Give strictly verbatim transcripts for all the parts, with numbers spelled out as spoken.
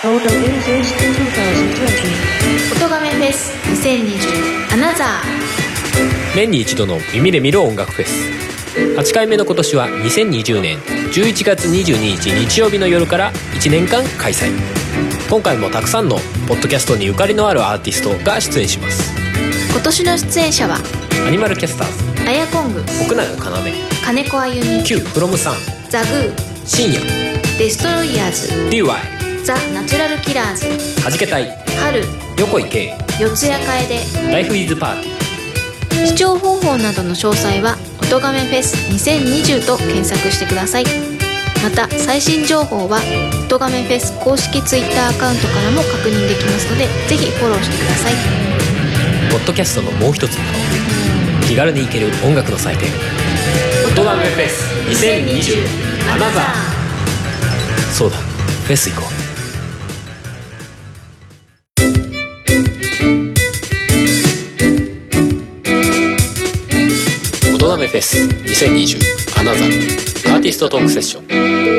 音亀フェスにせんにじゅうアナザー。 年に一度の耳で見る音楽フェス。はちかいめの今年はにせんにじゅうねんじゅういちがつにじゅうににち日曜日の夜からいちねんかん開催。今回もたくさんのポッドキャストにゆかりのあるアーティストが出演します。 今年の出演者はアニマルキャスターズ、 アヤコング、 奥永要、 金子あゆみ、 Q フロムさん、 ザグー、 深夜、 デストロイヤーズ、 ディーワイ、 ザ・ナチュラルキラーズ、 はじけたい、 春、 横井圭、 四谷楓、 ライフイズパーティー。 視聴方法などの詳細は音亀フェスにせんにじゅうと検索してください。また最新情報は音亀フェス公式ツイッターアカウントからも確認できますので、ぜひフォローしてください。 ポッドキャストのもう一つの顔、気軽に行ける音楽の祭典、音亀フェスにせんにじゅうアナザー。そうだ、フェス行こう。音亀フェスにせんにじゅうアナザーアーティストトークセッション。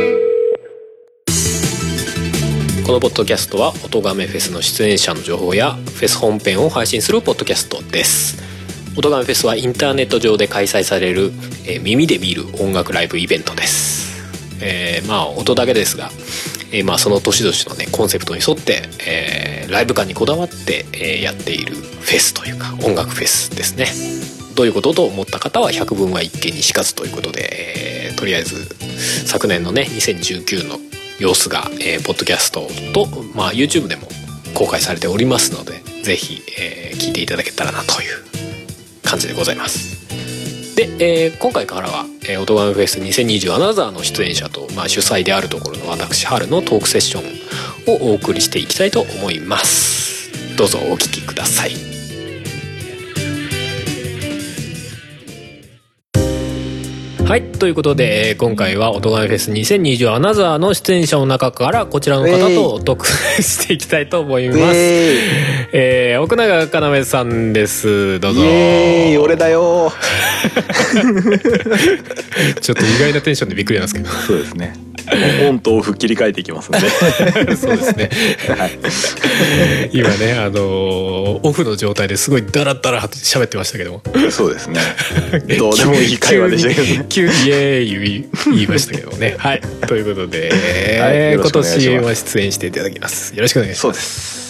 このポッドキャストは音亀フェスの出演者の情報やフェス本編を配信するポッドキャストです。音亀フェスはインターネット上で開催される、えー、耳で見る音楽ライブイベントです。えー、まあ音だけですが、えー、まあその年々のねコンセプトに沿って、えー、ライブ感にこだわって、えー、やっているフェスというか音楽フェスですね。どういうことと思った方は百聞は一見にしかずということで、えー、とりあえず昨年のねにせんじゅうきゅうの様子が、えー、ポッドキャストと、まあ、YouTube でも公開されておりますので、ぜひ、えー、聞いていただけたらなという感じでございます。で、えー、今回からは、えー、音亀フェスにせんにじゅうアナザーの出演者と、まあ、主催であるところの私春のトークセッションをお送りしていきたいと思います。どうぞお聞きください。はい、ということで今回は音亀フェスにせんにじゅうアナザーの出演者の中からこちらの方とトークしていきたいと思います。えー、奥永要さんです。どうぞ。 イエーイ、俺だよちょっと意外なテンションでびっくりなんですけど。 そうですね、オンとオフ切り替えていきますのでそうですね、はい、今ね、あのー、オフの状態ですごいダラダラ喋ってましたけども。そうですね、 どうでもいい会話でしたけどね。 急にイエーイ言いましたけどもね。はい、ということで、はい、今年は出演していただきます。よろしくお願いします。 そうです、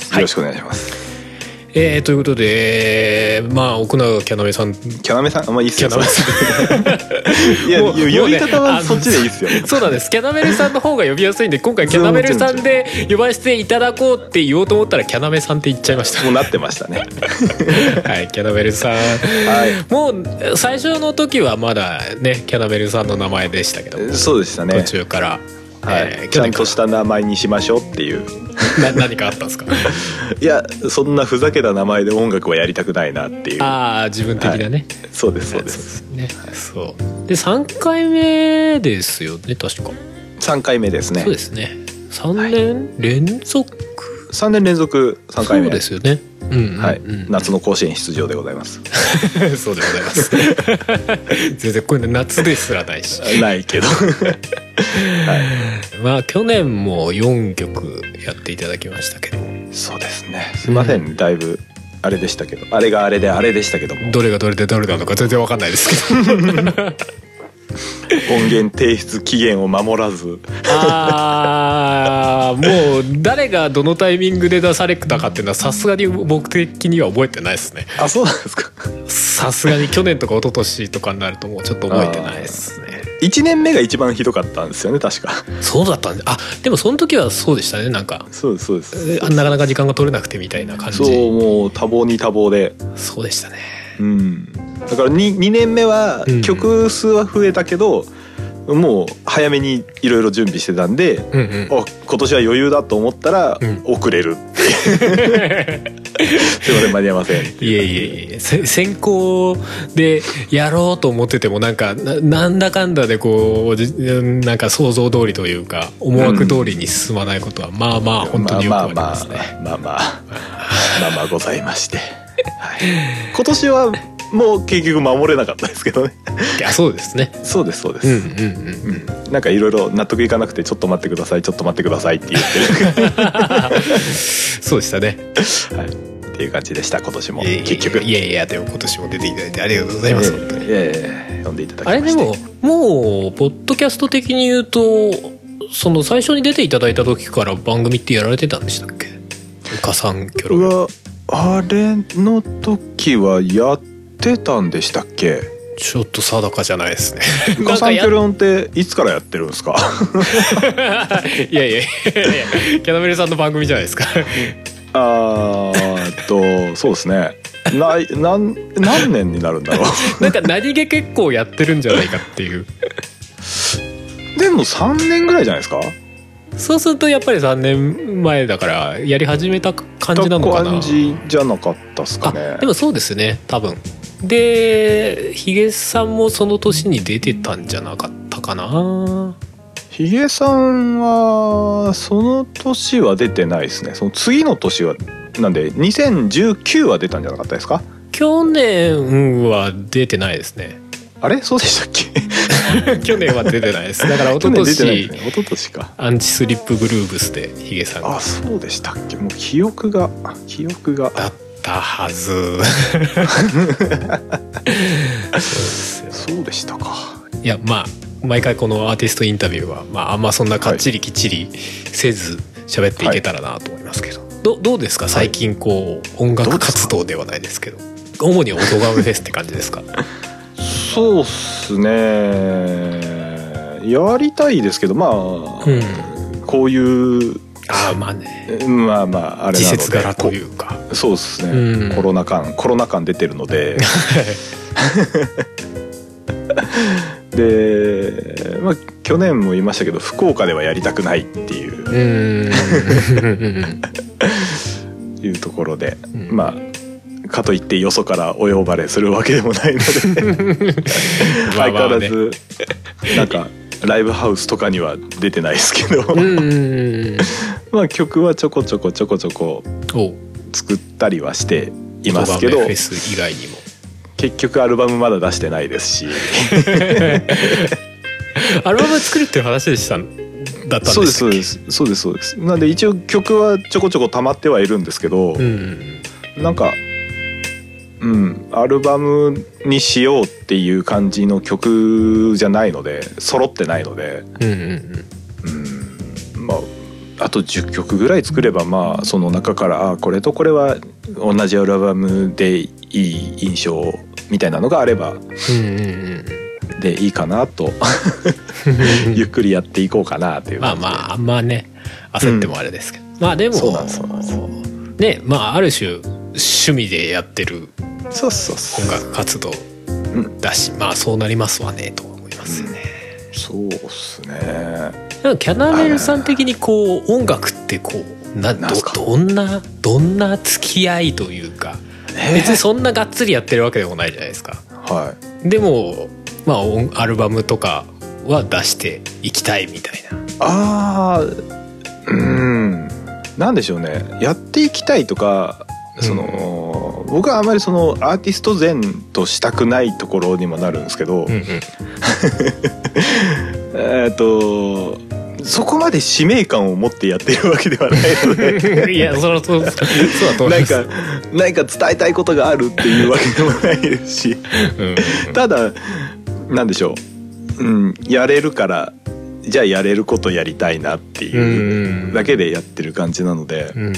よろしくお願いします。はい、 えー、ということで、まあ奥永キャナメさん、キャナメさん、まあいいっすよ。いや、呼び方はそっちでいいっすよ。 そうなんです。キャナメルさんの方が呼びやすいんで、今回キャナメルさんで呼ばせていただこうって言おうと思ったらキャナメさんって言っちゃいました。 もうなってましたね。 はい、キャナメルさん、はい、もう最初の時はまだねキャナメルさんの名前でしたけど、 そうでしたね、 途中から、 はい、えー、ちゃんとした名前にしましょうっていうな何かあったんですか？ いや、そんなふざけた名前で音楽はやりたくないなっていう。 ああ、自分的なね、 はい、そうですそうです、 そうですね、はい、そうでさんかいめですよね、確かさんかいめですね。 そうですね、さんねん連続、はい、 さんねん連続さんかいめ。 そうですよね、うんうんうん、はい、 夏の甲子園出場でございます。 そうでございます。全然こういうの夏ですらないし。 ないけど。はい、 まあ去年もよんきょくやっていただきましたけど。 そうですね。すいません、うん、だいぶあれでしたけど、あれがあれであれでしたけども。 どれがどれでどれなのか全然わかんないですけど。 音源提出期限を守らず。 ああ、もう誰がどのタイミングで出されたかっていうのはさすがに僕的には覚えてないですね。 あ、そうなんですか。 さすがに去年とか一昨年とかになるともうちょっと覚えてないですね。 いちねんめが一番ひどかったんですよね、確か。 そうだったんで、あ、でもその時はそうでしたね、なんか。 そうですそうです。 なかなか時間が取れなくてみたいな感じ。 そう、もう多忙に多忙で。 そうでしたね。 うん。だから 2, にねんめは曲数は増えたけど、うん、もう早めにいろいろ準備してたんで、うんうん、今年は余裕だと思ったら遅れるっていう。すいません、間に合いません。 いえいえいえ、先行でやろうと思っててもなんか な, なんだかんだでこうなんか想像通りというか思惑通りに進まないことは、うん、まあまあ本当によくありますね。 まあまあまあまあまあまあございまして、はい、今年はもう結局守れなかったですけどね。 いやそうですね。 そうですそうです。うんうんうんうん。なんかいろいろ納得いかなくてちょっと待ってくださいちょっと待ってくださいって言ってる。 そうでしたね。 はい。っていう感じでした今年も。 いやいや結局。 いやいやでも今年も出ていただいてありがとうございます。本当に。 いやいや読んでいただきまして。 あれでももうポッドキャスト的に言うとその最初に出ていただいた時から番組ってやられてたんでしたっけ？うかさんキョロ。 うわあれの時はやってたんでしたっけ？ ちょっと定かじゃないですね。 うかさんキョロンっていつからやってるんですか？ いやいやいやいやキャナメルさんの番組じゃないですか。 あーっとそうですね。な何何年になるんだろう。 なんか何気結構やってるんじゃないかっていう。 でもさんねんぐらいじゃないですか？ そうするとやっぱりさんねんまえだからやり始めた感じなのかな。 感じじゃなかったですかね。 あでもそうですね多分。でヒゲさんもその年に出てたんじゃなかったかな。 ヒゲさんはその年は出てないですね。その次の年はなんでにせんじゅうきゅうは出たんじゃなかったですか？ 去年は出てないですね。 あれそうでしたっけ？ 去年は出てないです。だから一昨年、ね、 一昨年かアンチスリップグルーブスでヒゲさんが。 あそうでしたっけ？もう記憶が記憶がだったはず。そうですよ。 そうでしたか。 いやまあ毎回このアーティストインタビューは、まあ、あんまそんなかっちりきっちりせず喋っていけたらなと思いますけど、はい、ど, どうですか最近こう、はい、音楽活動ではないですけど主に音楽フェスって感じですか？ そうっすねやりたいですけどまあ、うん、こういうあまあねまあまああれなので季節柄というかそうですね、うん、コロナ感コロナ感出てるのでで、まあ、去年も言いましたけど福岡ではやりたくないっていういうところで、うん、まあかといってよそからお呼ばれするわけでもないので相変わらずなんかライブハウスとかには出てないですけどまあ曲はちょこちょこちょこちょこ作ったりはしていますけどフェス以外にも結局アルバムまだ出してないですしアルバム作るっていう話でしただったんでしたっけ？ そうですそうですそうですそうですなんで一応曲はちょこちょこ溜まってはいるんですけど、うん、なんかうんアルバムにしようっていう感じの曲じゃないので揃ってないので、うんうんうんうん、まああとじゅっきょくぐらい作ればまあその中からあこれとこれは同じアルバムでいい印象みたいなのがあれば、うんうんうん、でいいかなとゆっくりやっていこうかなというまあまああんまね焦ってもあれですけど、うん、まあでもそうなんですそうなんですねまあある種趣味でやってるそうそうそう音楽活動だし、うん、まあそうなりますわねと思いますよね、 うん、そうっすねキャナメルさん的にこう音楽ってこう な ど, どんなどんな付き合いというか、えー、別にそんながっつりやってるわけでもないじゃないですか、はい、でもまあアルバムとかは出していきたいみたいなあーうんなんでしょうねやっていきたいとかその、うん、僕はあまりそのアーティスト前としたくないところにもなるんですけど、うんうん、えっとそこまで使命感を持ってやってるわけではないのでいやそのそうそうなんか何か伝えたいことがあるっていうわけでもないですし、うんうん、ただなんでしょう、うん、やれるからじゃあやれることやりたいなっていうだけでやってる感じなので、うんうん、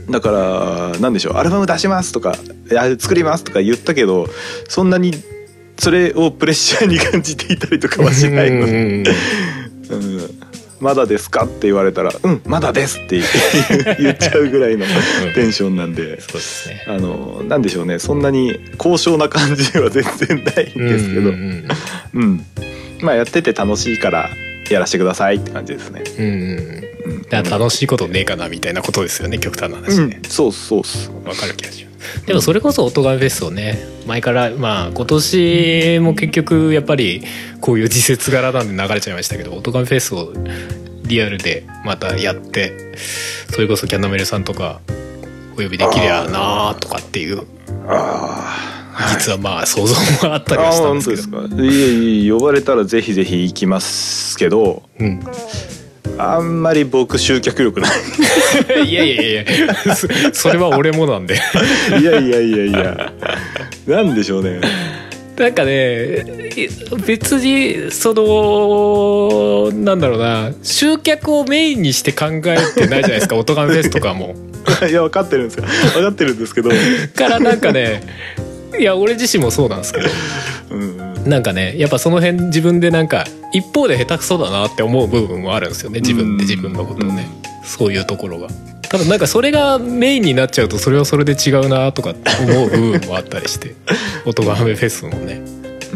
だからなんでしょうアルバム出しますとか作りますとか言ったけどそんなにそれをプレッシャーに感じていたりとかはしないので、うん、まだですかって言われたらうんまだですって言っちゃうぐらいのテンションなんで、そうですね、あのなんでしょうねそんなに高尚な感じでは全然ないんですけど、うん、うん、まあやってて楽しいからやらせてくださいって感じですね。うんうんうん、だから楽しいことねえかなみたいなことですよね極端な話ね、 うん、そうそうっす分かる気がします。でもそれこそ音楽フェスをね前からまあ今年も結局やっぱりこういう時節柄なんで流れちゃいましたけど音楽フェスをリアルでまたやってそれこそキャナメルさんとかお呼びできりゃなとかっていうああ実はまあ想像もあったりはしたんですけど、 あ、本当ですか。いえいえ、呼ばれたらぜひぜひ行きますけど、うん、あんまり僕集客力ないいやいやいやそれは俺もなんでいやいやいやいや、なんでしょうね。 なんかね、別にそのなんだろうな、集客をメインにして考えてないじゃないですか音亀フェスとかもいや分かってるんですよ、分かってるんですけどからなんかね、いや俺自身もそうなんですけど、うん、なんかね、やっぱその辺自分でなんか一方で下手くそだなって思う部分もあるんですよね、自分で自分のことをね、うん、そういうところが。ただなんかそれがメインになっちゃうとそれはそれで違うなとか思う部分もあったりして音亀フェスもね、うん、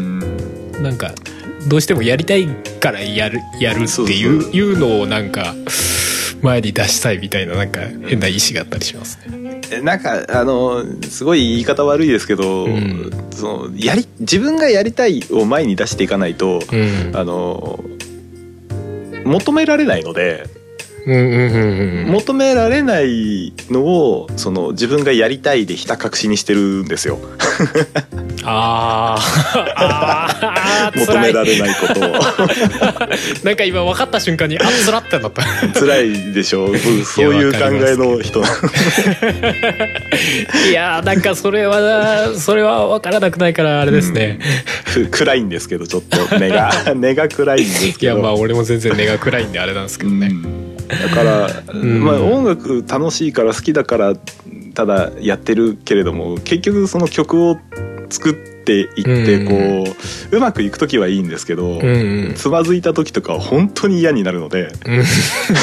なんかどうしてもやりたいからやるやるっていう、そうそういうのをなんか前に出したいみたいな、なんか変な意思があったりしますね。 なんかあのすごい言い方悪いですけど、うん、そのやり自分がやりたいを前に出していかないと、うん、あの求められないので、うんうんうんうん、求められないのをその自分がやりたいでひた隠しにしてるんですよああ求められないことをなんか今分かった瞬間にあつらってなった辛いでしょ、そういう考えの人いやなんかそれはそれは分からなくないからあれですね、 うん、暗いんですけどちょっと根が根が暗いんですけど、 いやまあ俺も全然根が暗いんであれなんですけどね、うん、 だから、うんまあ、音楽楽しいから好きだからただやってるけれども、結局その曲を作っていってこう、うんうん、うまくいく時はいいんですけど、うんうん、つまずいた時とかは本当に嫌になるので、うんね、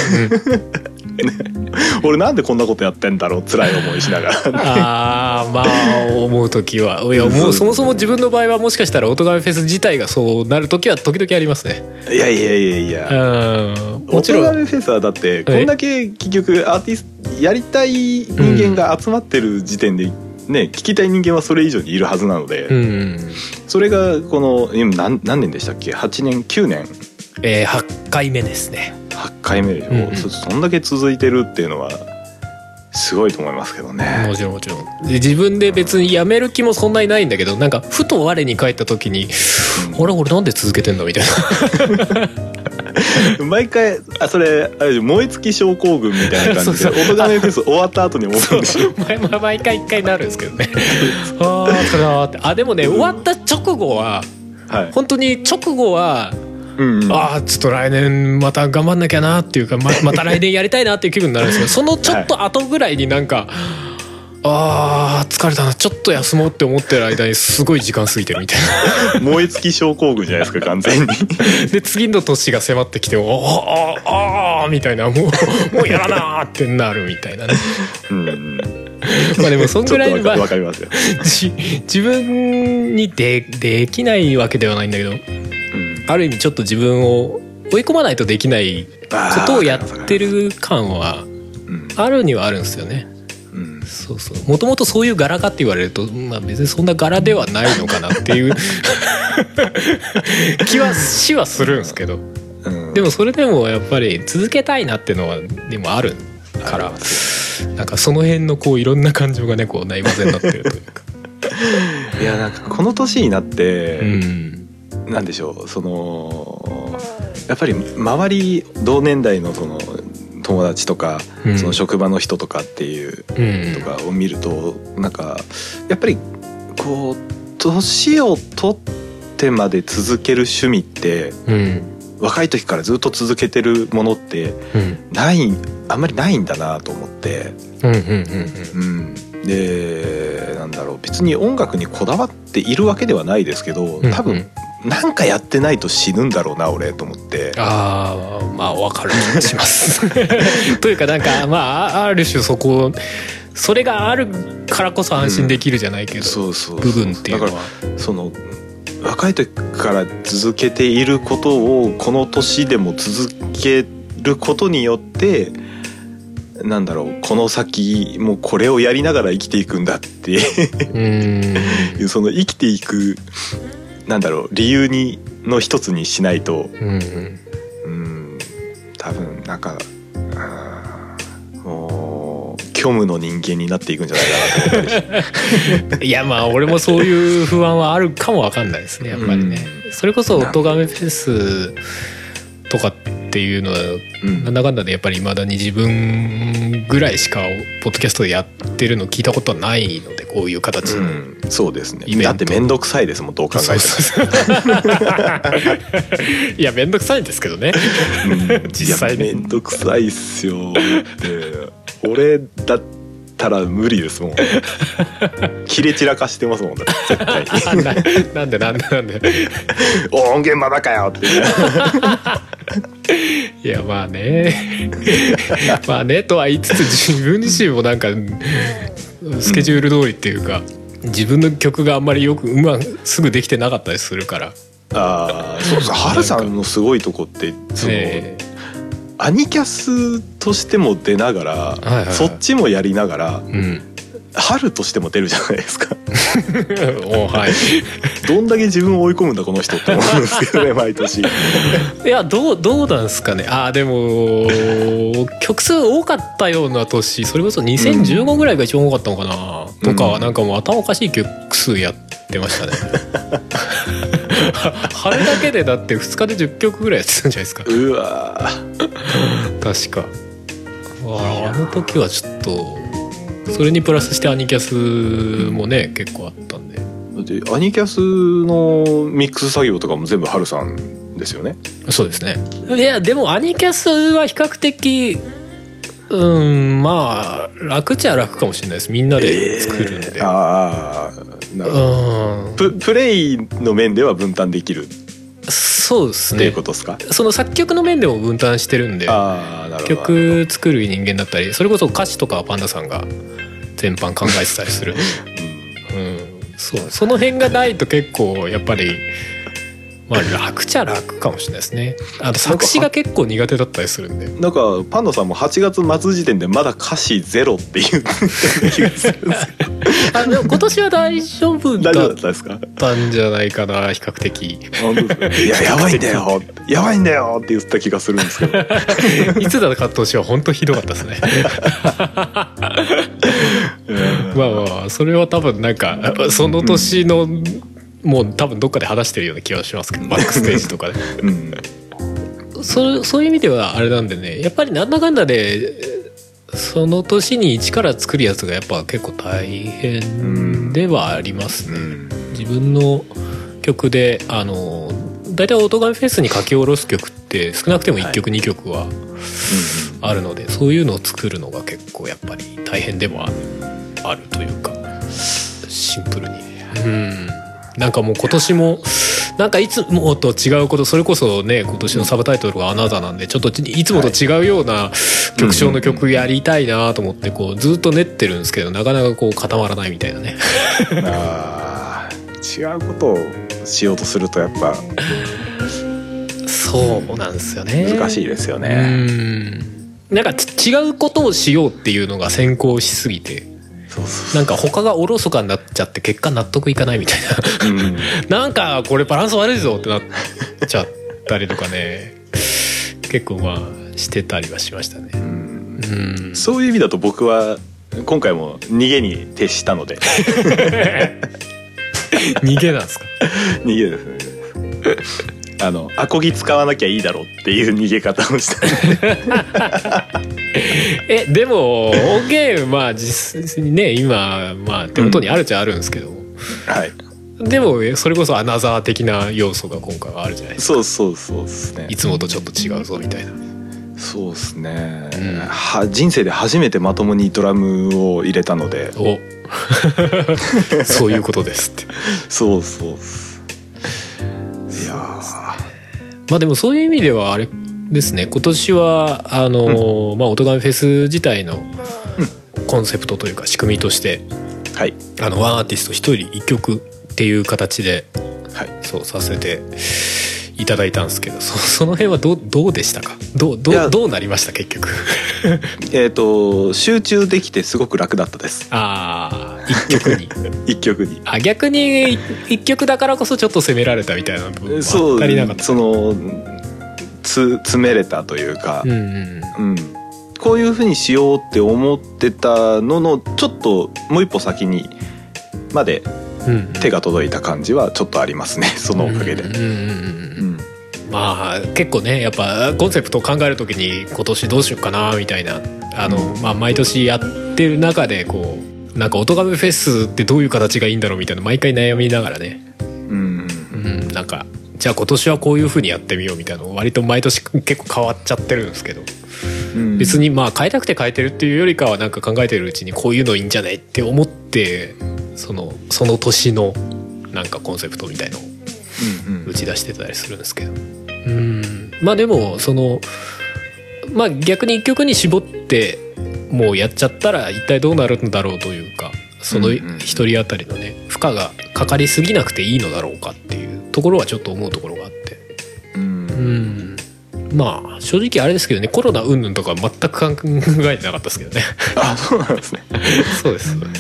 俺なんでこんなことやってんだろう辛い思いしながら、ね、 ああまあ思う時は、いやもうそもそも自分の場合はもしかしたら音亀フェス自体がそうなる時は時々ありますね。 いやいやいやいや、うんもちろん音亀フェスはだってこんだけ結局アーティストやりたい人間が集まってる時点で、うんね、聞きたい人間はそれ以上にいるはずなので、うん、それがこの今 何, 何年でしたっけ、はちねんきゅうねん、 えー、はちかいめですね。 はちかいめでしょ、うんうん、そ, そんだけ続いてるっていうのはすごいと思いますけどね。 もちろんもちろんで自分で別にやめる気もそんなにないんだけど、なんかふと我に返った時に、うん、あれ俺なんで続けてんのみたいな毎回あそれあれ燃え尽き症候群みたいな感じで音亀フェス終わった後に思うんですよ毎回一回なるんですけどねあーそれはってあでもね、うん、終わった直後は、はい、本当に直後は、うんうん、あちょっと来年また頑張んなきゃなっていうか ま, また来年やりたいなっていう気分になるんですけどそのちょっと後ぐらいになんか、はいあー疲れたなちょっと休もうって思ってる間にすごい時間過ぎてるみたいな燃え尽き症候群じゃないですか完全にで次の年が迫ってきてあーあーみたいなもうもうやらなーってなるみたいなねうんまあでもそんぐらいはかりますよ自分に で, できないわけではないんだけど、うん、ある意味ちょっと自分を追い込まないとできないことをやってる感はあるにはあるんですよね。そうそうもともとそういう柄かって言われると、まあ、別にそんな柄ではないのかなっていう気はしはするんですけど、うん、でもそれでもやっぱり続けたいなっていうのはでもあるからなんかその辺のこういろんな感情がねこうないまぜになってるというかいやなんかこの年になって、うん、なんでしょうそのやっぱり周り同年代のその友達とか、うん、その職場の人とかっていうとかを見ると、うん、なんかやっぱりこう年を取ってまで続ける趣味って、うん、若い時からずっと続けてるものってない、うん、あんまりないんだなと思って、うんうんうんうん、でなんだろう別に音楽にこだわっているわけではないですけど多分、うんうんなんかやってないと死ぬんだろうな俺と思ってああまあ分かる気がしますというかなんかまあある種そこそれがあるからこそ安心できるじゃないけど、うん、そうそうそう部分っていうのはだからその若い時から続けていることをこの年でも続けることによってなんだろうこの先もうこれをやりながら生きていくんだっていうその生きていくなんだろう理由にの一つにしないと、うんうん、うん多分なんかもう虚無の人間になっていくんじゃないかなと思ったりいやまあ俺もそういう不安はあるかもわかんないですねやっぱりね、うん、それこそ音亀フェスとかっていうのは、うん、なんだかんだでやっぱり未だに自分ぐらいしかポッドキャストでやってるの聞いたことはないのでこういう形の、うん、 そうですね。だって面倒くさいですもんどう考えても。そうそういや面倒くさいんですけどね、うん、実際ね面倒くさいっすよって俺だったら無理ですもん切れ散らかしてますもんだって絶対にな, なんでなんでなんで音源まだかよっていやまあねまあねとは言いつつ自分自身もなんかスケジュール通りっていうか、うん、自分の曲があんまりよくうますぐできてなかったりするから。 ああそうそうハルさんのすごいとこってその、ね、アニキャスとしても出ながら、はいはいはい、そっちもやりながら、うん、春としても出るじゃないですかお、はい、 どんだけ自分を追い込むんだこの人って思うんですけどね毎年いやどう、どうなんですかね。あでも曲数多かったような年それこそにせんじゅうごぐらいが一番多かったのかな、うん、とかはなんかもう頭おかしい曲数やってましたね春だけでだってふつかでじゅっきょくぐらいやってたんじゃないですか。 うわ確か あ, あの時はちょっとそれにプラスしてアニキャスもね結構あったんで。 だってアニキャスのミックス作業とかも全部ハルさんですよね。 そうですね。いやでもアニキャスは比較的うんまあ楽っちゃ楽かもしれないです。みんなで作るんで、えー、ああなるほど。プ, プレイの面では分担できる。 そうですね。 っていうことですか。 その作曲の面でも分担してるんで、 あなるほど曲作る人間だったりそれこそ歌詞とかはパンダさんが全般考えてたりする、うんうん、そうその辺がないと結構やっぱりまあ楽っちゃ楽かもしれないですね。あと作詞が結構苦手だったりするんで。 なんかパンダさんもはちがつ末時点でまだ歌詞ゼロっていう気がするんですけどあでも今年は大丈夫だったんじゃないかな比較的。 いややばいんだよやばいんだよって言った気がするんですけどいつだか年は本当ひどかったですねまあまあそれは多分なんかその年の、うんもう多分どっかで話してるような気がしますけどバックステージとかで、うん、そ, そういう意味ではあれなんでねやっぱりなんだかんだでその年に一から作るやつがやっぱ結構大変ではありますね、うん、自分の曲であのだいたい音楽フェスに書き下ろす曲って少なくてもいっきょく、はい、にきょくはあるのでそういうのを作るのが結構やっぱり大変でもあ る, あるというかシンプルにうんなんかもう今年もなんかいつもと違うことそれこそね今年のサブタイトルがアナザーなんでちょっといつもと違うような曲調の曲やりたいなと思ってこうずっと練ってるんですけどなかなかこう固まらないみたいなねあ違うことをしようとするとやっぱそうなんですよね難しいですよね。 うんなんか違うことをしようっていうのが先行しすぎてそうそうなんか他がおろそかになっちゃって結果納得いかないみたいな、うん、なんかこれバランス悪いぞってなっちゃったりとかね結構まあしてたりはしましたね、うんうん、そういう意味だと僕は今回も逃げに徹したので逃げなんですか。 逃げですねあのアコギ使わなきゃいいだろうっていう逃げ方をしたえでも音源まあ実際にね今、まあ、手元にあるっちゃあるんですけど、うん、はいでもそれこそアナザー的な要素が今回はあるじゃないですか。 そうそうそうですね。 いつもとちょっと違うぞみたいな。 そうですね、うん、は人生で初めてまともにドラムを入れたのでおそういうことですってそうそういやまあでもそういう意味ではあれですね今年はあの、うん、まあ音亀フェス自体のコンセプトというか仕組みとして、うん、はいあのワンアーティスト一人一曲っていう形で、はい、そうさせていただいたんですけど そ, その辺はど う, どうでしたか。ど う, ど, うどうなりました結局えっと集中できてすごく楽だったです。 ああ一曲に一曲にあ逆に一曲だからこそちょっと攻められたみたいな部分は足りなかった。 そのつ詰めれたというか、うんうんうん、 こういう風にしようって思ってたののちょっともう一歩先にまで手が届いた感じはちょっとありますね、そのおかげで。 まあ結構ねやっぱコンセプトを考えるときに今年どうしようかなみたいなあの、まあ、毎年やってる中でこうなんか音亀フェスってどういう形がいいんだろうみたいな毎回悩みながらね、うんうん、なんかじゃあ今年はこういう風にやってみようみたいなの割と毎年結構変わっちゃってるんですけど、うん、別にまあ変えたくて変えてるっていうよりかはなんか考えてるうちにこういうのいいんじゃないって思ってそのその年のなんかコンセプトみたいのを打ち出してたりするんですけど、うん、まあでもそのまあ逆に一曲に絞ってもうやっちゃったら一体どうなるんだろうというかその一人当たりのね負荷がかかりすぎなくていいのだろうかっていうところはちょっと思うところがあって、うん、うん、まあ正直あれですけどねコロナ云々とか全く考えてなかったですけどね。 あ、そうなんですね。 そうですそうです。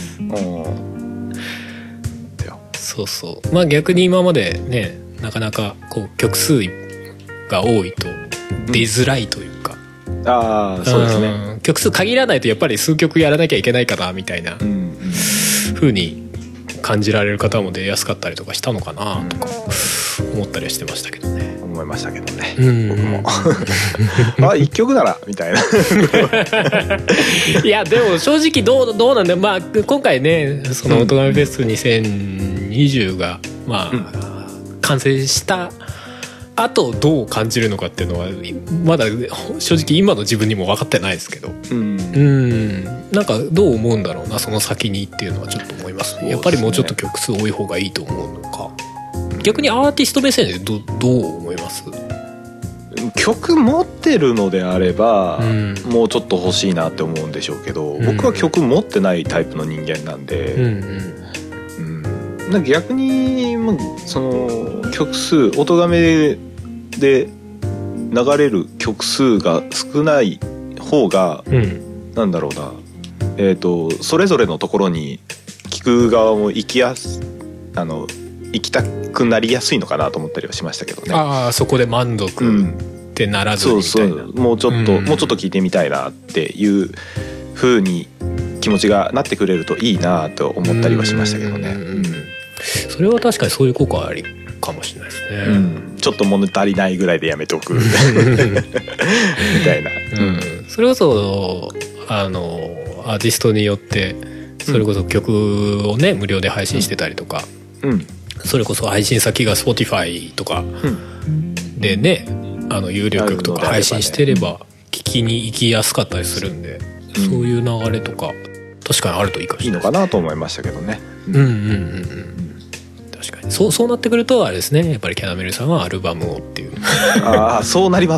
そうそうまあ逆に今までねなかなかこう曲数が多いと出づらいというか、 うん、ああそうですね、 曲数限らないとやっぱり数曲やらなきゃいけないかなみたいな風に感じられる方も出やすかったりとかしたのかなとか思ったりはしてましたけどね。 思いましたけどね、うん、僕もあ一曲ならみたいな。 いやでも正直どうどうなんだよ、まあ、今回ねその音亀フェスにせんにじゅうが、まあうん、完成したあとどう感じるのかっていうのはまだ正直今の自分にも分かってないですけど、うん、うんなんかどう思うんだろうなその先にっていうのはちょっと思いますね。やっぱりもうちょっと曲数多い方がいいと思うのか、逆にアーティスト目線で ど, どう思います？ 曲持ってるのであれば、うん、もうちょっと欲しいなって思うんでしょうけど、うん、僕は曲持ってないタイプの人間なんで、うんうんうん、なんか逆にその曲数音亀で流れる曲数が少ない方が、うん、なんだろうな、えーと、それぞれのところに聴く側も行きやすあの行きたくなりやすいのかなと思ったりはしましたけどね。 ああそこで満足ってならずにみたいな、うん、そうそうもうちょっと、うん、もうちょっと聴いてみたいなっていう風に気持ちがなってくれるといいなと思ったりはしましたけどね、うんうん、 それは確かにそういう効果ありかもしれないですね、うん、 ちょっと物足りないぐらいでやめておくみたいな、 うん、それこそあのアーティストによってそれこそ曲をね無料で配信してたりとか、うん、それこそ配信先が Spotify とかでね、あの有料曲とか配信してれば聞きに行きやすかったりするんで、うん、そういう流れとか確かにあるといいかもしれない、 いいのかなと思いましたけどね。 うんうんうんうん、確かにそう、そうなってくるとあれですね、やっぱりキャナメルさんはアルバムをっていう。 ああそうなります。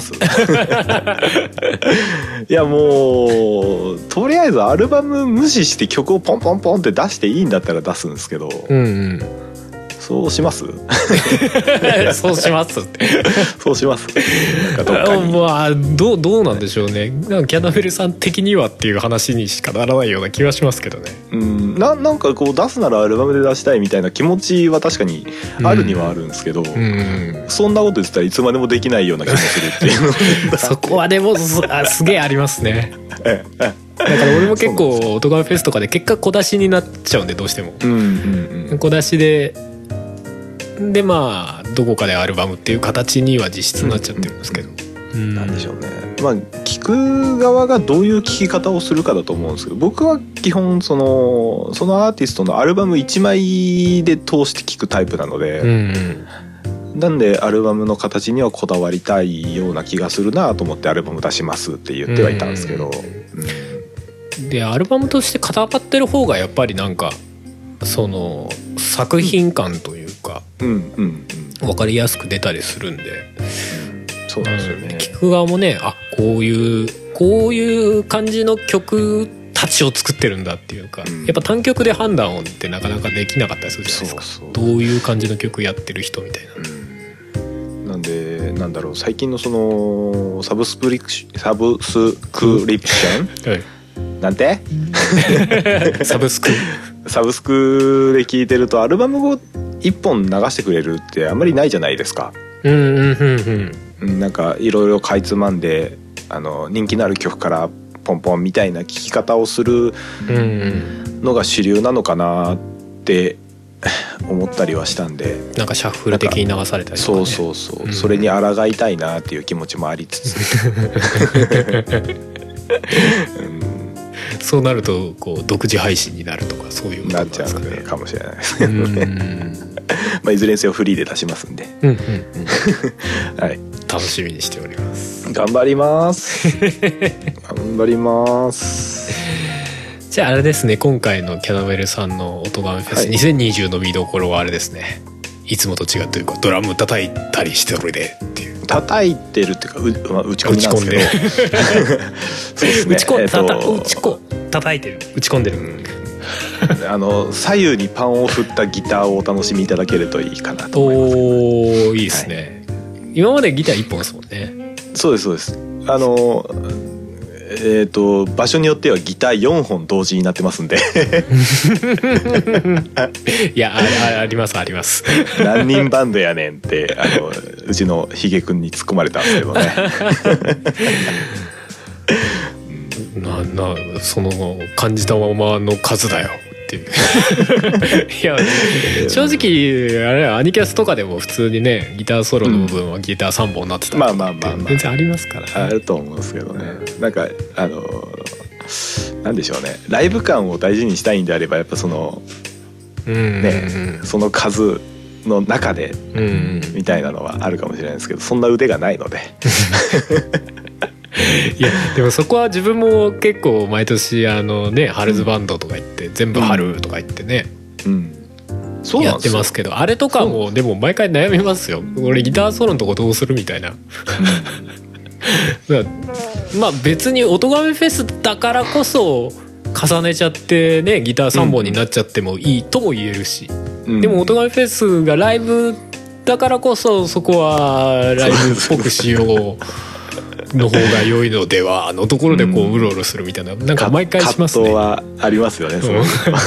いやもうとりあえずアルバム無視して曲をポンポンポンって出していいんだったら出すんですけど、うんうん、そうします？ そうしますってそうします。なんかどっかにまあどうどうなんでしょうね。なんかキャナメルさん的にはっていう話にしかならないような気はしますけどね。 うん、な, なんかこう出すならアルバムで出したいみたいな気持ちは確かにあるにはあるんですけど、うんうん、そんなこと言ってたらいつまでもできないような気もするっていうそこはでも す, あすげえありますね。だから俺も結構音楽フェスとかで結果小出しになっちゃうんでどうしても、うんうんうん、小出しででまあどこかでアルバムっていう形には実質になっちゃってるんですけど、 うん、なんでしょうね。まあ聴く側がどういう聴き方をするかだと思うんですけど、僕は基本そのそのアーティストのアルバムいちまいで通して聴くタイプなので、うんうん、なんでアルバムの形にはこだわりたいような気がするなと思ってアルバム出しますって言ってはいたんですけど、 うん、でアルバムとして固まってる方がやっぱりなんかその作品感というか、うんうんうん、分かりやすく出たりするんで、 うん、そうなんですよね。 聞く側もね、あこういうこういう感じの曲たちを作ってるんだっていうか、うん、やっぱ単曲で判断をってなかなかできなかったりするじゃないですか。そうそう、どういう感じの曲やってる人みたいな、 うん、なんでなんだろう、最近のそのサブスクリプシサブスクリプション、はい、なんてサブスクサブスクで聴いてるとアルバムを一本流してくれるってあんまりないじゃないですか。うんうんうんうん。なんかいろいろかいつまんであの人気のある曲からポンポンポンみたいな聴き方をするのが主流なのかなって思ったりはしたんで、 なんかシャッフル的に流されたりとか、ね、 そうそうそう、うん、それに抗いたいなっていう気持ちもありつつ、うん、 そうなるとこう独自配信になるとかそういうことなんですかね。 なっちゃうかもしれないですけどねまあいずれにせよフリーで出しますんで、うんうんうん、はい、 楽しみにしております。 頑張ります頑張ります。 じゃああれですね、今回のキャナメルさんの音ガメフェスにせんにじゅうの見どころはあれですね、いつもと違うというかドラム叩いたりしてるでっていう、 叩いてるっていうか、う、まあ、打ち込みなんですけどそうですね、 打ち込ん、 えー、 たた打ちこ叩いてる、打ち込んでる、うん、 あの左右にパンを振ったギターをお楽しみいただけるといいかなと思います。 おー、いいですね、はい、今までギターいっぽんですもんね。 そうですそうです。あのえーと場所によってはギターよんほん同時になってますんでいや あ, ありますあります何人バンドやねんってあのうちのヒゲ君に突っ込まれたんですけどねななその感じたままの数だよっていういや正直あれアニキャスとかでも普通にねギターソロの部分はギターさんぼんになってたりとか、まあまあまあまあ全然ありますからね。 あると思うんですけどね、なんかあのなんでしょうね、ライブ感を大事にしたいんであればやっぱその、うんうんうん、ね、その数の中で、うんうん、みたいなのはあるかもしれないですけど、そんな腕がないのでいやでもそこは自分も結構毎年あのねハルズバンドとか言って全部ハルとか言ってね、うんうん、そうなんですよ、やってますけど、あれとかもでも毎回悩みますよ。俺ギターソロのとこどうするみたいなまあ別に音ガメフェスだからこそ重ねちゃってねギターさんぼんになっちゃってもいいとも言えるし、うん、でも音ガメフェスがライブだからこそそこはライブっぽくしようの方が良いのではのところでこううろうろするみたいな、なんか毎回しますね。 葛藤はありますよね、その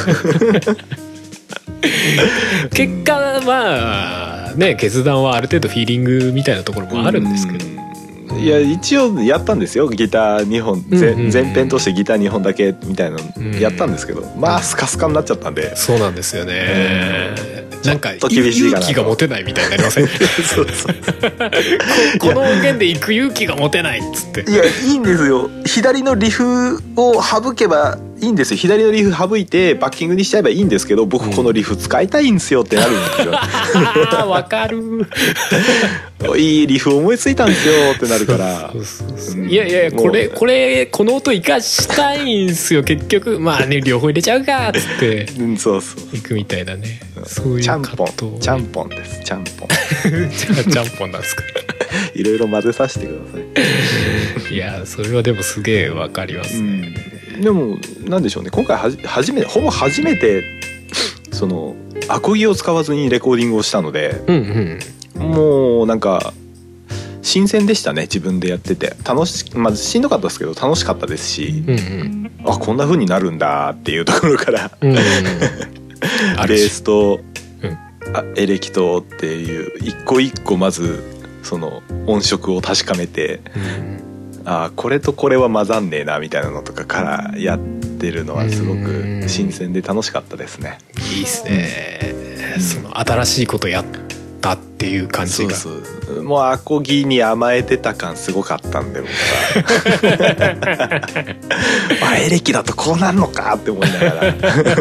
結果まあね決断はある程度フィーリングみたいなところもあるんですけど、 いや一応やったんですよ、ギターにほん、前編としてギターにほんだけみたいなのやったんですけど、まあスカスカになっちゃったんで。 そうなんですよね、なんか勇気が持てないみたいになりませんそうそうこ, この音源で行く勇気が持てないっつって。 いやいいんですよ、左のリフを省けばいいんですよ、左のリフ省いてバッキングにしちゃえばいいんですけど、僕このリフ使いたいんですよってなるんですよわかるいいリフ思いついたんですよってなるからそうそうそう、うん、いやいやこれこれこの音生かしたいんすよ結局、まあね両方入れちゃうかっつって、うん、そうそういくみたいなね、そういうちゃんぽんちゃんぽんですちゃんぽんちゃんぽんなんですかいろいろ混ぜさせてくださいいやそれはでもすげえわかりますね、 うん、でもなんでしょうね、今回はじ初めほぼ初めてそのアコギを使わずにレコーディングをしたので、うんうん、もうなんか新鮮でしたね、自分でやってて楽し、まあ、しんどかったですけど楽しかったですし、うんうん、あこんな風になるんだっていうところから、うんうん、ベースと、うん、あエレキとっていう一個一個まずその音色を確かめて、うん、あこれとこれは混ざんねえなみたいなのとかからやってるのはすごく新鮮で楽しかったですね。 いいですね、うん、その新しいことやったっていう感じが。 そうそう、もうアコギに甘えてた感すごかったんで僕はあエレキだとこうなるのかって思いながら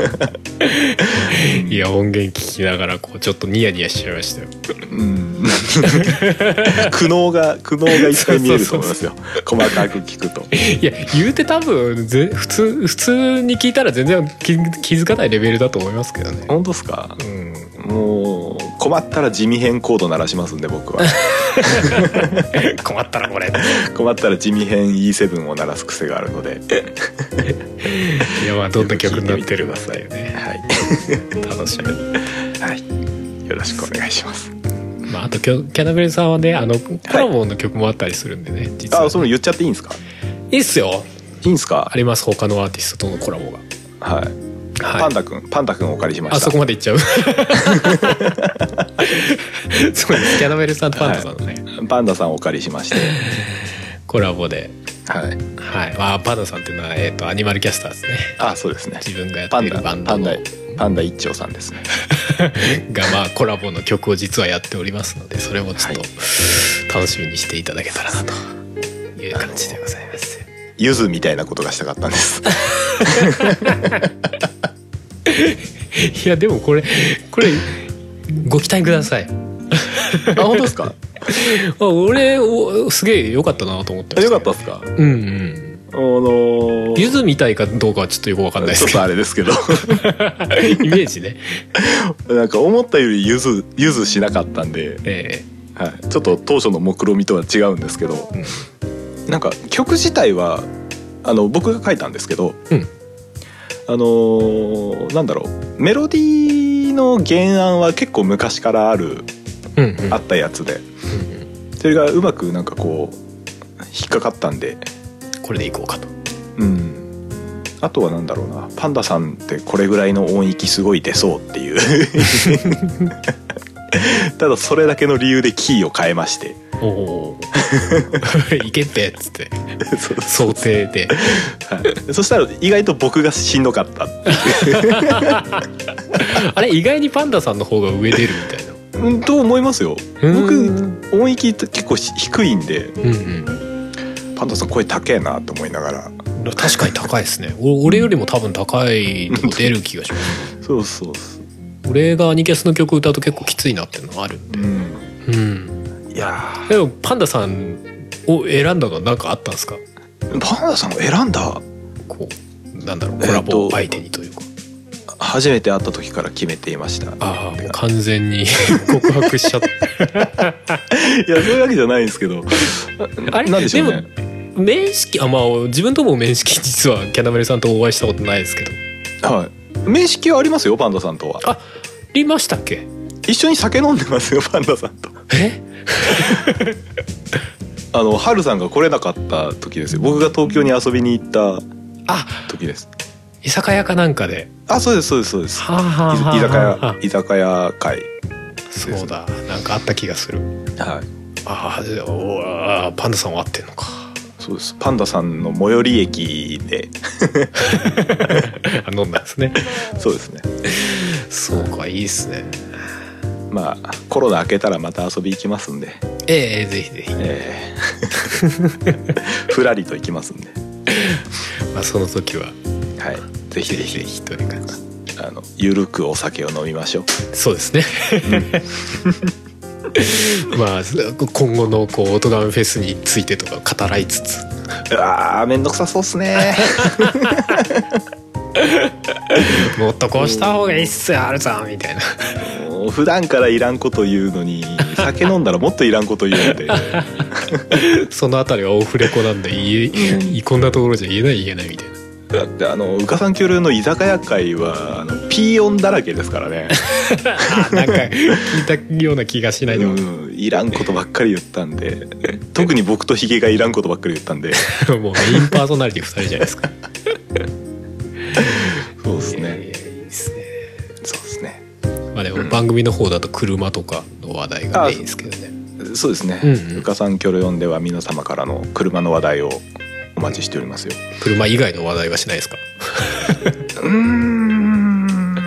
いや音源聞きながらこうちょっとニヤニヤしちゃいましたよ、うん苦悩が苦悩がいっぱい見えると思いますよ細かく聞くと。 いや言うて多分ぜ普通普通に聞いたら全然気, 気づかないレベルだと思いますけどね。 本当ですか、うん、もう困ったら地味編コード鳴らしますんで僕は困ったらこれ困ったら地味編 イーセブン を鳴らす癖があるのでいやまあどんな曲になってるかだよね。はい楽しみはいよろしくお願いします。 まあ、あとキャナベルさんはねあのコラボの曲もあったりするんでね、はい、 実は、ね、あその言っちゃっていいんですか。 いいっすよ。 いいんすか。あります他のアーティストとのコラボが。 はい、はい、パンダくんパンダくんお借りしました。 あそこまでいっちゃうそうですキャナベルさんとパンダさんのね、 はい、パンダさんお借りしましてコラボで、 はい、 はい、あパンダさんっていうのは、えー、とアニマルキャスターですね。 あそうですね。 自分がやっているバンドのパンダパンダ一丁さんですねがまあコラボの曲を実はやっておりますので、それもちょっと楽しみにしていただけたらなという感じでございます。 ゆずみたいなことがしたかったんですいやでもこれこれご期待くださいあ本当ですかあ俺おすげえ良かったなと思ってまよした、 かったですか。 うんうんあのー、 ゆずみたいかどうかはちょっとよく分かんないですけど、 ちょっとあれですけどイメージねなんか思ったよりゆずゆずしなかったんで、 えーはい、ちょっと当初の目論見とは違うんですけど、うん、なんか曲自体はあの僕が書いたんですけど、うん、あのー、なんだろうメロディーの原案は結構昔からある、うんうん、あったやつで、うんうん、それがうまくなんかこう引っかかったんでこれでいこうかと。 うん。あとはなんだろうな、パンダさんってこれぐらいの音域すごい出そうっていうただそれだけの理由でキーを変えまして、おおいけってっつって想定で、 はい、そしたら意外と僕がしんどかったっていうあれ意外にパンダさんの方が上出るみたいな、 うん、と思いますよ。僕音域結構低いんで、うんうん、パンダさん声高えなと思いながら。 確かに高いですね。俺よりも多分高いの出る気がしますそうそうそう。 俺がアニキャスの曲歌うと結構きついなっていうのがあるんで、うん、うん、いやでもパンダさんを選んだのは何かあったんですか？ パンダさんを選んだこうなんだろうコラボ相手にというか、 えー、初めて会った時から決めていました。 ああもう完全に告白しちゃったいやそういうわけじゃないんですけどあれなんでしょうね。 でも面識あまあ自分とも面識実はキャナメルさんとお会いしたことないですけど、 はい、面識はありますよパンダさんとは。 ありましたっけ？ 一緒に酒飲んでますよパンダさんと。 えあのハルさんが来れなかった時ですよ。僕が東京に遊びに行った時です。 居酒屋かなんかで。 あそうですそうですそうです。 はあはあはあ、 居酒屋居酒屋会。 そうだなんかあった気がする。はい。ああパンダさんは会ってんのか。 そうです。パンダさんの最寄り駅で飲んだんですね。 そうですね。 そうかいいですね。 まあコロナ明けたらまた遊び行きますんで。 ええー、ぜひぜひ。えー、ふらりと行きますんで。 まあその時ははいぜひぜひぜひという感じ。 あのゆるくお酒を飲みましょう。 そうですね。うん、まあ今後のこうオトガメフェスについてとか語らいつつ、 うわーめんどくさそうっすね。 もっとこうした方がいいっすよあるさんみたいな。 もう普段からいらんこと言うのに酒飲んだらもっといらんこと言うんでそのあたりはオフレコなんで言え、うん、こんなところじゃ言えない言えないみたいな。 だってあのうかさんきょるの居酒屋会はあのピー音だらけですからね。 あなんか聞いたような気がしないでも、 うん、いらんことばっかり言ったんで特に僕とヒゲがいらんことばっかり言ったんでもうメインパーソナリティふたりじゃないですか。 そうですね。いやいやいいですね。 そうですね。 まあでも番組の方だと車とかの話題がメインですけどね。 そうですね。うんうん、うかさんきょるよんでは皆様からの車の話題をお待ちしておりますよ。 車以外の話題はしないですか？ うーん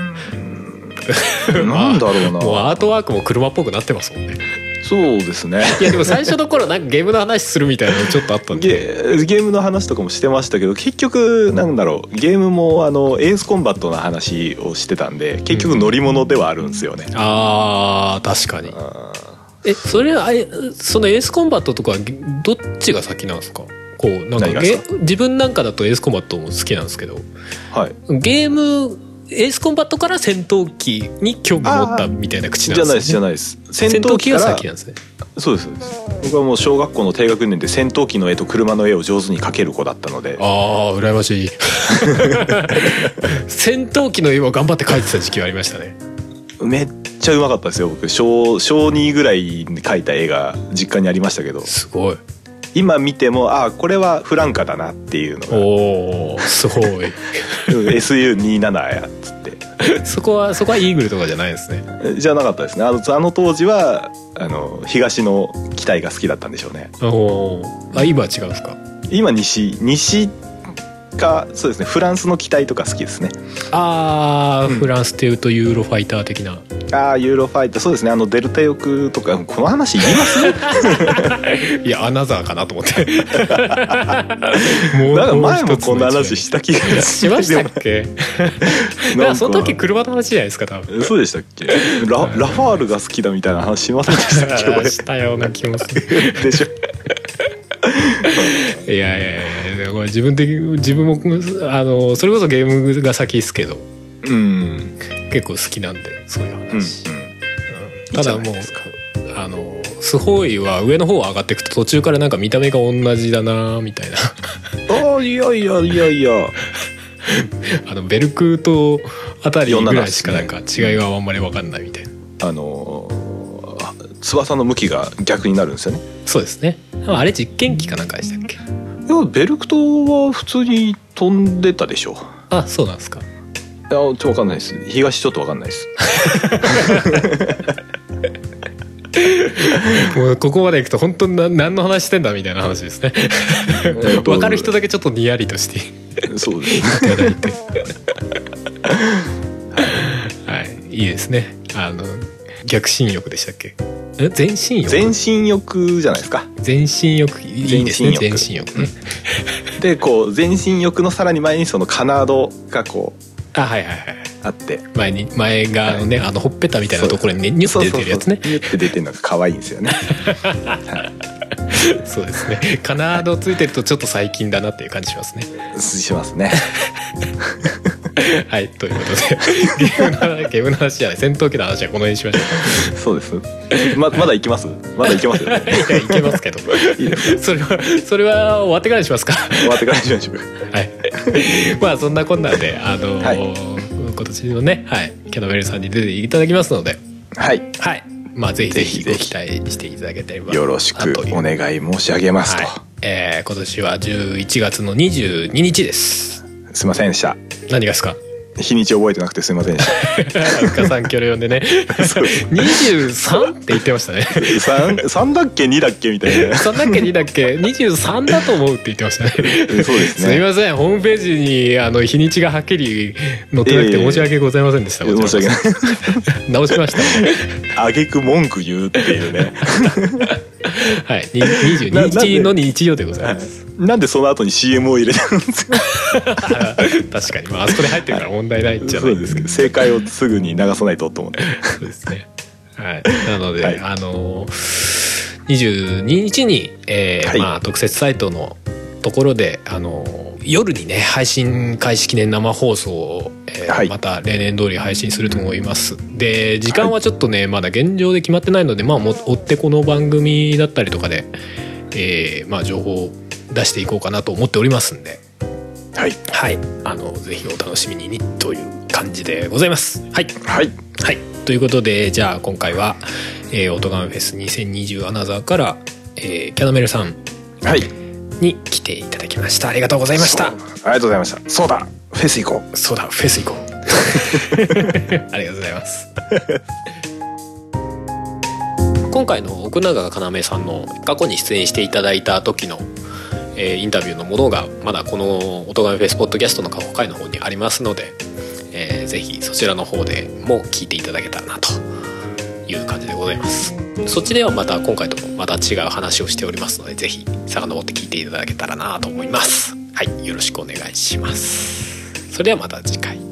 なんだろうな。 もうアートワークも車っぽくなってますもんね。 そうですね。 いやでも最初の頃なんかゲームの話するみたいなのちょっとあったんでゲ, ゲームの話とかもしてましたけど結局なんだろうゲームもあのエースコンバットの話をしてたんで結局乗り物ではあるんですよね。うん、あー確かに。えそれあれそのエースコンバットとかどっちが先なんですか？こうなんかゲ自分なんかだとエースコンバットも好きなんですけど、はい、ゲームエースコンバットから戦闘機に興味持ったみたいな口なんですね。 じゃないですじゃないです。戦闘機が先なんですね。そうですそうです。僕はもう小学校の低学年で戦闘機の絵と車の絵を上手に描ける子だったので。 ああ羨ましい。戦闘機の絵を頑張って描いてた時期はありましたね。 めっちゃうまかったですよ僕。小小にぐらいに描いた絵が実家にありましたけど。 すごい。 今見てもあこれはフランカだなっていうのがおーすごいエスユーにじゅうなな やっつってそこはそこはイーグルとかじゃないですね。 じゃなかったですね。あの、あの当時はあの東の機体が好きだったんでしょうね。 おあ今は違うんですか？ 今西西かそうですね、フランスの機体とか好きですね。 ああ、 うん、 フランスっていうとユーロファイター的な。 ああユーロファイター、そうですね、あのデルタ翼とかこの話言いますいやアナザーかなと思ってもうなんか前もこんな話した気がしましたっけなんかその時車の話じゃないですか多分。 そうでしたっけ？ ラ, ラファールが好きだみたいな話しませんでしたっけ？俺したような気もするでしょいやいやいや、これ自分的自分もあのそれこそゲームが先ですけど、 うん、 結構好きなんでそういう話、うんうん、ただもうあのスホイは上の方上がっていくと途中からなんか見た目が同じだなみたいなああいやいやいやいやあのベルクとあたりぐらいしかなんか違いがあんまり分かんないみたいな、 あの翼の向きが逆になるんですよね。 そうですね。あれ実験機かなんかでしたっけ？ いやベルクトは普通に飛んでたでしょ。 あ、そうなんですか。 いやちょっと分かんないです。東ちょっと分かんないですもうここまでいくと本当に何の話してんだみたいな話ですね分かる人だけちょっとにやりとしてそうですいただいてはい、いいですね。あの逆心欲でしたっけ？え全身欲？ 全身欲じゃないですか。 全身欲いいですね。全身欲ねでこう全身欲のさらに前にそのカナードがこうあはいはいはいあって前に前側のね、はい、あのほっぺたみたいなところにねニュッて出てるやつね。 ニュッて出てるのが可愛いんですよねはい、 そうですね。カナードついてるとちょっと最近だなっていう感じしますね。 しますねはい、ということでゲームのゲームの話じゃない戦闘機の話はこの辺にしましょう。 そうです。ままだいきます？まだいけますよね。 いやいけますけど。いいですそれはそれは終わってからにしますか。 終わってからにしましょう。 はい。まあそんなこんなであのーはい、今年のね、はい、キャノベルさんに出ていただきますので、 はいはい。まあぜひぜひご期待していただければよろしくお願い申し上げますと。 はい、えー、今年はじゅういちがつのにじゅうににちです。 すいませんでした。 何がですか？ 日にち覚えてなくてすいませんでした深さんキョロ呼んでねにじゅうさんって言ってましたね 3, さんだっけにだっけみたいなさんだっけにだっけにじゅうさんだと思うって言ってましたねそうですね。 すみません、ホームページにあの日にちがはっきり載ってなくて申し訳ございませんでした、えー、 申し訳ない直しましたあげく文句言うっていうねはいにじゅうににちの日曜でございます。 なんでその後に シーエム を入れてるんですか確かに、まあ、あそこで入ってるから問題ないんじゃないですけど、 正解をすぐに流さないとと思ってそうですね、はい、なので、 はい、 あのにじゅうににちに、えーはい、まあ、特設サイトのところであの夜にね配信開始記念生放送を、えーはい、また例年通り配信すると思います。で時間はちょっとね、はい、まだ現状で決まってないので、まあ、も追ってこの番組だったりとかで、えーまあ、情報を出していこうかなと思っておりますんで、 はい、 はい、あのぜひお楽しみにという感じでございます。はい、 はいはい、ということでじゃあ今回は、えー、オトガメフェスにせんにじゅうアナザーから、えー、キャナメルさんに来ていただきました。ありがとうございました。 ありがとうございました。そうだフェス行こう。 そうだフェス行こうありがとうございます今回の奥永要さんの過去に出演していただいた時の、えー、インタビューのものがまだこのオトガメフェスポッドキャストの過去回の方にありますので、えー、ぜひそちらの方でも聞いていただけたらなという感じでございます。そっちではまた今回とまた違う話をしておりますので、ぜひ遡って聞いていただけたらなと思います。はい、よろしくお願いします。それではまた次回。